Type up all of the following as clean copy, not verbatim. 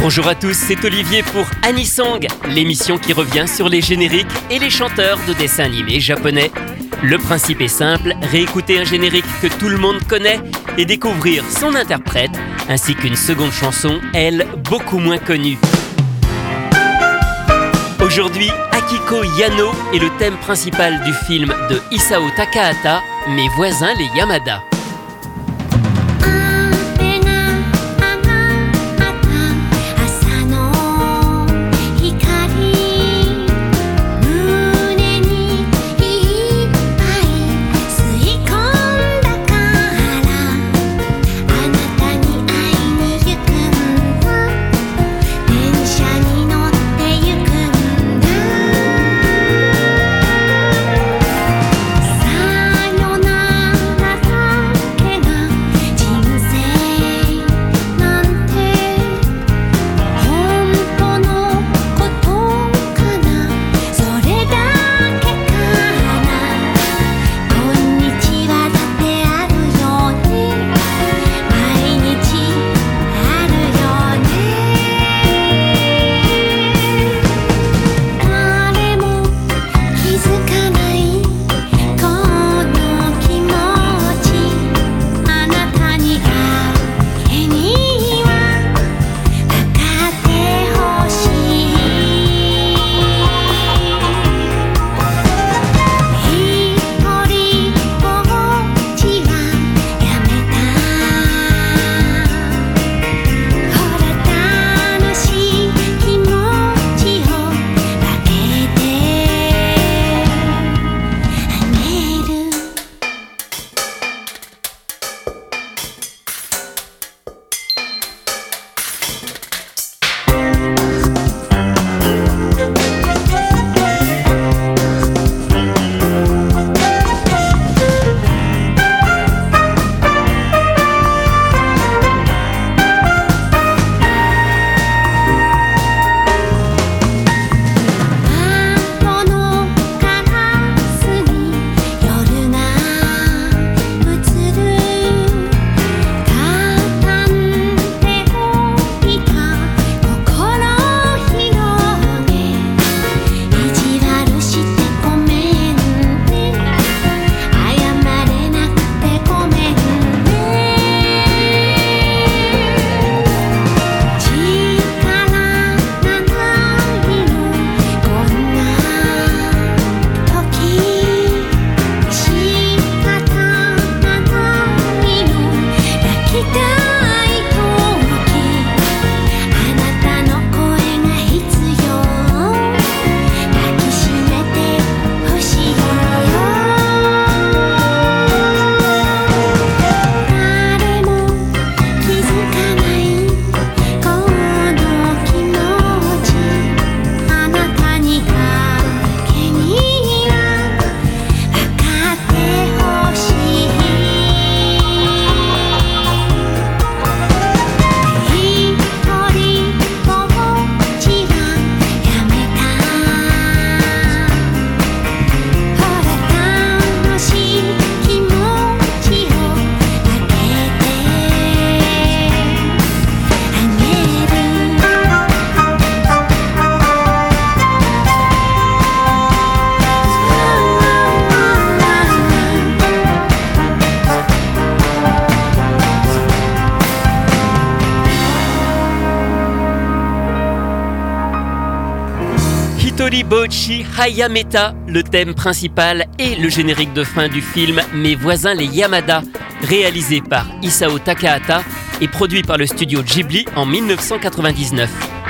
Bonjour à tous, c'est Olivier pour Anisong, l'émission qui revient sur les génériques et les chanteurs de dessins animés japonais. Le principe est simple, réécouter un générique que tout le monde connaît et découvrir son interprète, ainsi qu'une seconde chanson, elle, beaucoup moins connue. Aujourd'hui, Akiko Yano est le thème principal du film de Isao Takahata, Mes voisins les Yamada. Hitoribochi Hayameta, le thème principal et le générique de fin du film Mes voisins les Yamada, réalisé par Isao Takahata et produit par le studio Ghibli en 1999.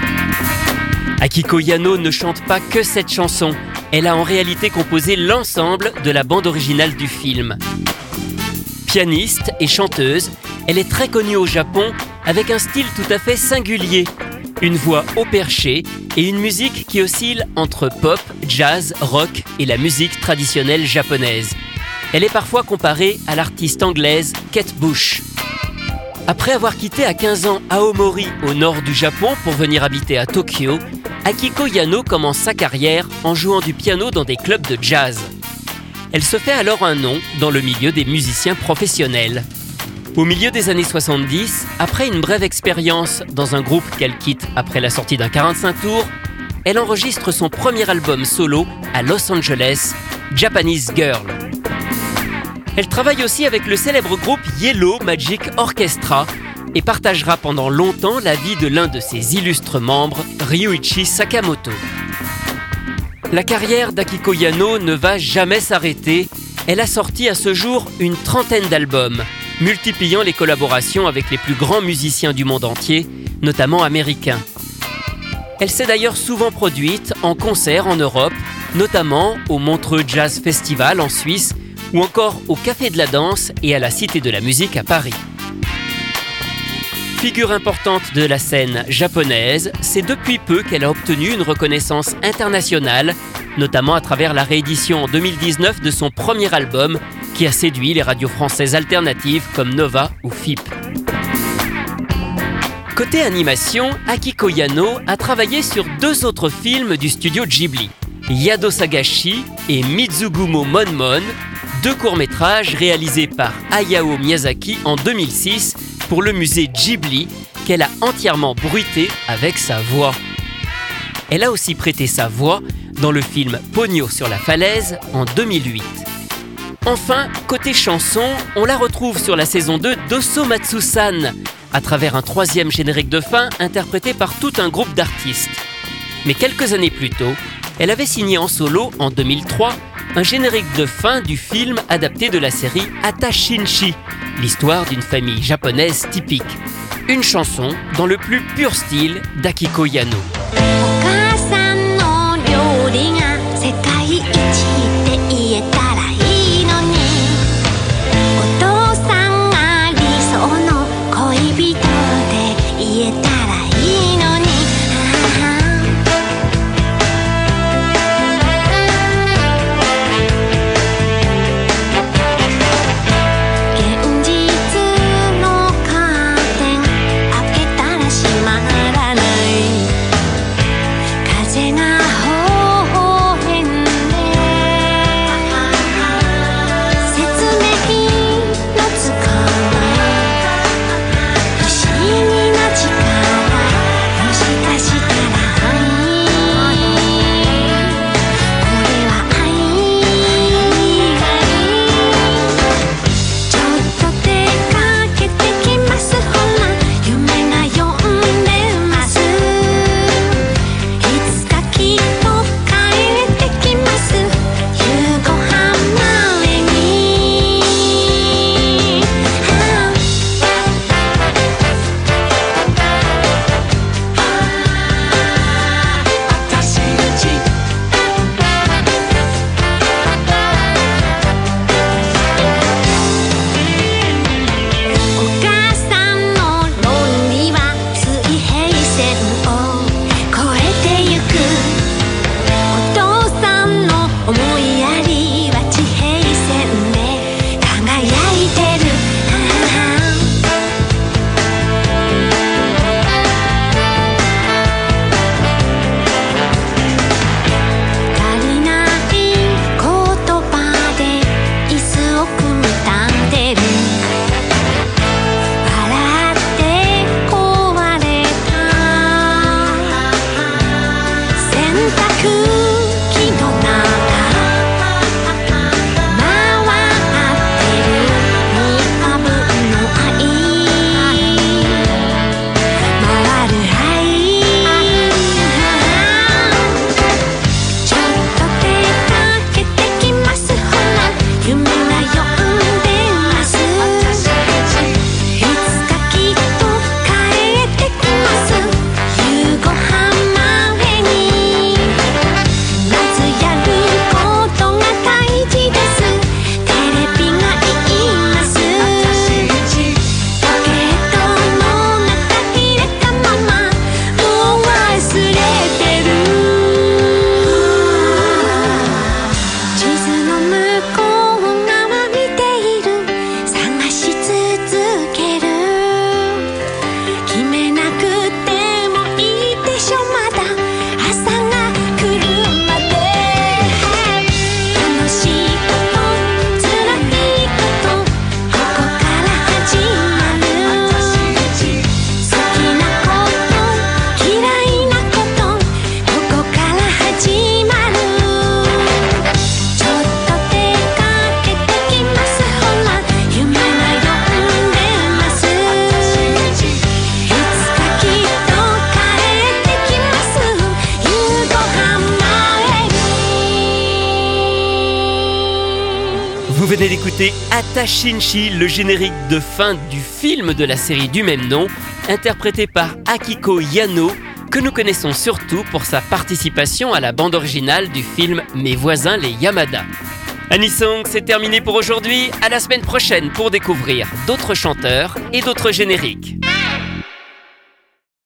Akiko Yano ne chante pas que cette chanson, elle a en réalité composé l'ensemble de la bande originale du film. Pianiste et chanteuse, elle est très connue au Japon avec un style tout à fait singulier. Une voix haut perché et une musique qui oscille entre pop, jazz, rock et la musique traditionnelle japonaise. Elle est parfois comparée à l'artiste anglaise Kate Bush. Après avoir quitté à 15 ans Aomori au nord du Japon pour venir habiter à Tokyo, Akiko Yano commence sa carrière en jouant du piano dans des clubs de jazz. Elle se fait alors un nom dans le milieu des musiciens professionnels. Au milieu des années 70, après une brève expérience dans un groupe qu'elle quitte après la sortie d'un 45 tours, elle enregistre son premier album solo à Los Angeles, Japanese Girl. Elle travaille aussi avec le célèbre groupe Yellow Magic Orchestra et partagera pendant longtemps la vie de l'un de ses illustres membres, Ryuichi Sakamoto. La carrière d'Akiko Yano ne va jamais s'arrêter. Elle a sorti à ce jour une trentaine d'albums, multipliant les collaborations avec les plus grands musiciens du monde entier, notamment américains. Elle s'est d'ailleurs souvent produite en concert en Europe, notamment au Montreux Jazz Festival en Suisse ou encore au Café de la Danse et à la Cité de la Musique à Paris. Figure importante de la scène japonaise, c'est depuis peu qu'elle a obtenu une reconnaissance internationale, notamment à travers la réédition en 2019 de son premier album, qui a séduit les radios françaises alternatives comme Nova ou FIP. Côté animation, Akiko Yano a travaillé sur 2 autres films du studio Ghibli, Yado Sagashi et Mizugumo Mon Mon, 2 courts-métrages réalisés par Hayao Miyazaki en 2006 pour le musée Ghibli, qu'elle a entièrement bruité avec sa voix. Elle a aussi prêté sa voix dans le film Ponyo sur la falaise en 2008. Enfin, côté chanson, on la retrouve sur la saison 2 d'Osomatsu-san, à travers un 3e générique de fin interprété par tout un groupe d'artistes. Mais quelques années plus tôt, elle avait signé en solo, en 2003, un générique de fin du film adapté de la série Atashinshi, l'histoire d'une famille japonaise typique. Une chanson dans le plus pur style d'Akiko Yano. Vous venez d'écouter Atashinshi, le générique de fin du film de la série du même nom, interprété par Akiko Yano, que nous connaissons surtout pour sa participation à la bande originale du film Mes voisins les Yamada. Anisong, c'est terminé pour aujourd'hui. À la semaine prochaine pour découvrir d'autres chanteurs et d'autres génériques.